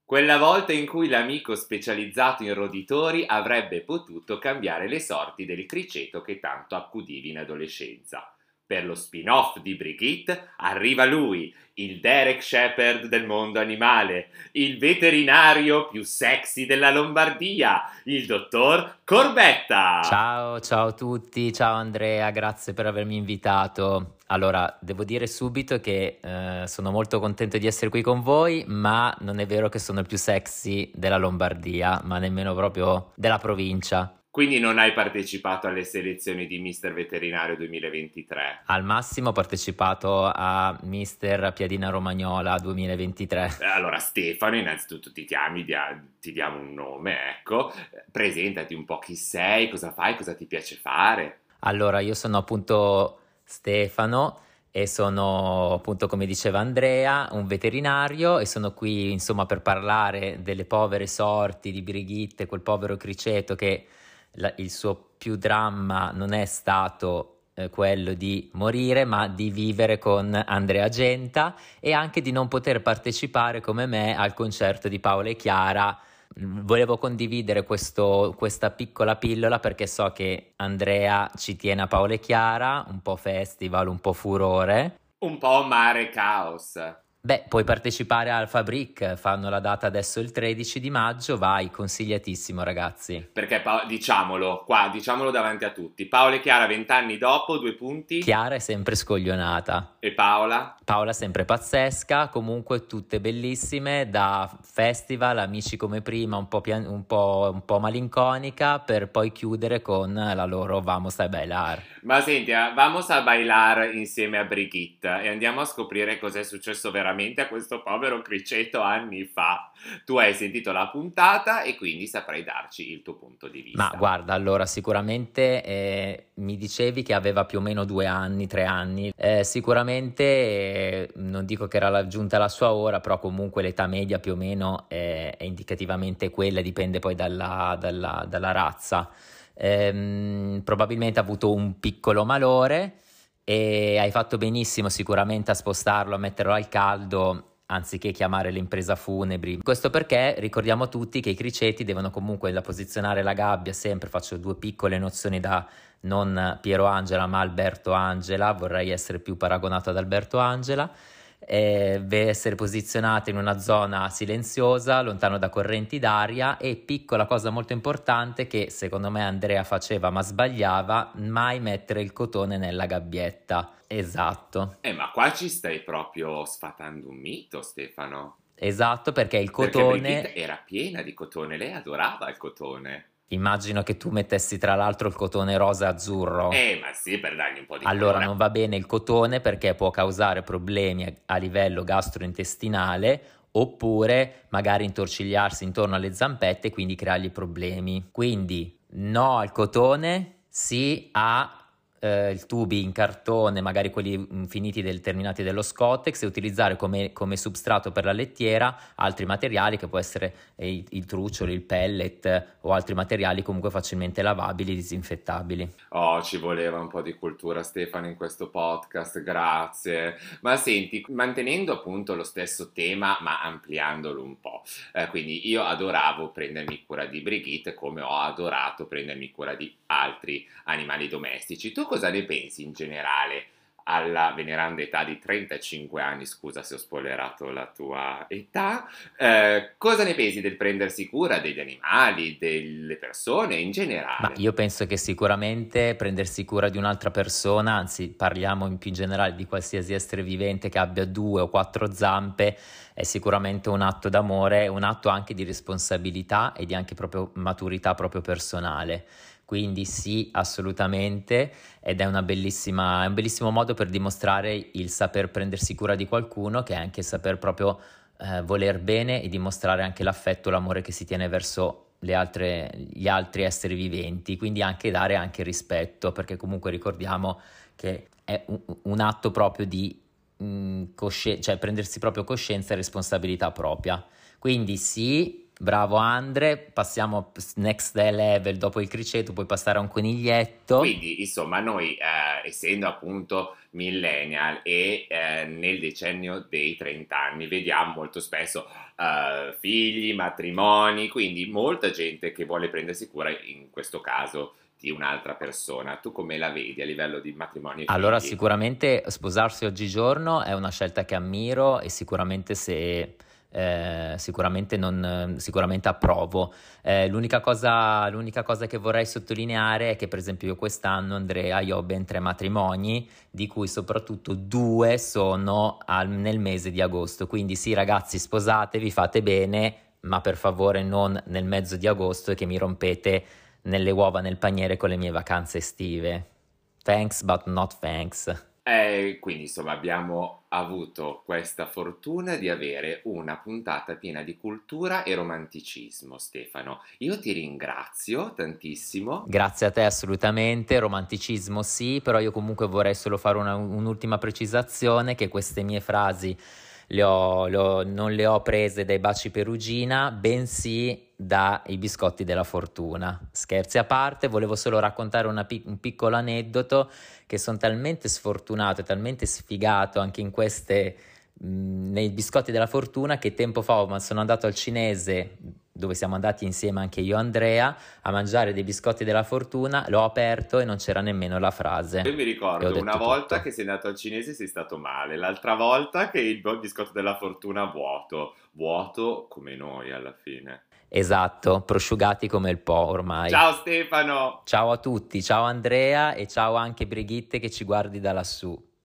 Quella volta in cui l'amico specializzato in roditori avrebbe potuto cambiare le sorti del criceto che tanto accudivi in adolescenza. Per lo spin-off di Brigitte arriva lui, il Derek Shepherd del mondo animale, il veterinario più sexy della Lombardia, il dottor Corbetta! Ciao a tutti, ciao Andrea, grazie per avermi invitato. Allora, devo dire subito che sono molto contento di essere qui con voi, ma non è vero che sono il più sexy della Lombardia, ma nemmeno proprio della provincia. Quindi non hai partecipato alle selezioni di Mister Veterinario 2023? Al massimo ho partecipato a Mister Piadina Romagnola 2023. Allora Stefano, innanzitutto ti diamo un nome, ecco, presentati un po' chi sei, cosa fai, cosa ti piace fare. Allora, io sono appunto Stefano e sono appunto, come diceva Andrea, un veterinario e sono qui insomma per parlare delle povere sorti di Brigitte, quel povero criceto che il suo più dramma non è stato quello di morire, ma di vivere con Andrea Genta e anche di non poter partecipare come me al concerto di Paola e Chiara. Volevo condividere questa piccola pillola perché so che Andrea ci tiene a Paola e Chiara, un po' festival, un po' furore. Un po' mare caos. Beh, puoi partecipare al Fabric, fanno la data adesso il 13 di maggio, vai, consigliatissimo ragazzi. Perché diciamolo, qua, diciamolo davanti a tutti. Paola e Chiara 20 anni dopo, 2 punti. Chiara è sempre scoglionata. E Paola? Paola sempre pazzesca, comunque tutte bellissime, da festival, amici come prima, un po' malinconica, per poi chiudere con la loro Vamos a bailar. Ma senti, vamos a bailar insieme a Brigitte e andiamo a scoprire cos'è successo veramente a questo povero criceto anni fa. Tu hai sentito la puntata e quindi saprai darci il tuo punto di vista. Ma guarda, allora sicuramente mi dicevi che aveva più o meno 2 anni, 3 anni, sicuramente non dico che era giunta la sua ora, però comunque l'età media più o meno è indicativamente quella, dipende poi dalla razza. Probabilmente ha avuto un piccolo malore e hai fatto benissimo sicuramente a spostarlo, a metterlo al caldo anziché chiamare l'impresa funebri. Questo perché ricordiamo tutti che i criceti devono comunque da posizionare la gabbia sempre, faccio due piccole nozioni da non Piero Angela ma Alberto Angela, vorrei essere più paragonato ad Alberto Angela, deve essere posizionata in una zona silenziosa, lontano da correnti d'aria e piccola cosa molto importante che secondo me Andrea faceva ma sbagliava, mai mettere il cotone nella gabbietta. Esatto. Ma qua ci stai proprio sfatando un mito, Stefano. Esatto, perché il Perché Brigitte cotone, era piena di cotone, lei adorava il cotone. immagino che tu mettessi tra l'altro il cotone rosa e azzurro. Ma sì, per dargli un po' di Allora colore. non va bene il cotone perché può causare problemi a livello gastrointestinale oppure magari intorcigliarsi intorno alle zampette e quindi creargli problemi. Quindi no al cotone, sì a il tubi in cartone, magari quelli finiti terminati dello Scottex e utilizzare come substrato per la lettiera altri materiali che può essere il trucciolo, il pellet o altri materiali comunque facilmente lavabili, disinfettabili. Oh, ci voleva un po' di cultura, Stefano, in questo podcast, grazie. Ma senti, mantenendo appunto lo stesso tema, ma ampliandolo un po'. Quindi io adoravo prendermi cura di Brigitte come ho adorato prendermi cura di altri animali domestici. Tu cosa ne pensi in generale alla veneranda età di 35 anni? Scusa se ho spoilerato la tua età. Cosa ne pensi del prendersi cura degli animali, delle persone in Ma generale? io penso che sicuramente prendersi cura di un'altra persona, anzi parliamo in più in generale di qualsiasi essere vivente che abbia 2 o 4 zampe, è sicuramente un atto d'amore, un atto anche di responsabilità e di anche proprio maturità proprio personale. Quindi sì, assolutamente, ed è è un bellissimo modo per dimostrare il saper prendersi cura di qualcuno, che è anche saper proprio voler bene e dimostrare anche l'affetto, l'amore che si tiene verso gli altri esseri viventi, quindi anche dare anche rispetto, perché comunque ricordiamo che è un atto proprio di cioè prendersi proprio coscienza e responsabilità propria. Quindi sì, Bravo Andre, passiamo next level, dopo il criceto puoi passare a un coniglietto. Quindi, insomma, noi essendo appunto millennial e nel decennio dei 30 anni vediamo molto spesso figli, matrimoni, quindi molta gente che vuole prendersi cura, in questo caso, di un'altra persona. Tu come la vedi a livello di matrimonio e Allora, figli? sicuramente sposarsi oggigiorno è una scelta che ammiro e sicuramente sicuramente approvo. L'unica cosa che vorrei sottolineare è che, per esempio, io quest'anno, Andrea, io ho ben 3 matrimoni, di cui soprattutto 2 sono nel mese di agosto. Quindi sì, ragazzi, sposatevi, fate bene, ma per favore non nel mezzo di agosto e che mi rompete nelle uova nel paniere con le mie vacanze estive. Thanks, but not thanks. Quindi insomma abbiamo avuto questa fortuna di avere una puntata piena di cultura e romanticismo, Stefano. Io ti ringrazio tantissimo. Grazie a te assolutamente, romanticismo sì, però io comunque vorrei solo fare un'ultima precisazione, che queste mie frasi non le ho prese dai baci perugina, bensì dai biscotti della fortuna. Scherzi a parte, volevo solo raccontare un piccolo aneddoto, che sono talmente sfortunato e talmente sfigato anche nei biscotti della fortuna, che tempo fa sono andato al cinese, dove siamo andati insieme anche io e Andrea a mangiare dei biscotti della fortuna, l'ho aperto e non c'era nemmeno la frase Io mi e ho ricordo una detto volta tutto. che sei andato al cinese e sei stato male, l'altra volta che il biscotto della fortuna vuoto, vuoto come noi alla fine. Esatto, prosciugati come il Po ormai. Ciao Stefano! Ciao a tutti, ciao Andrea e ciao anche Brigitte che ci guardi da lassù.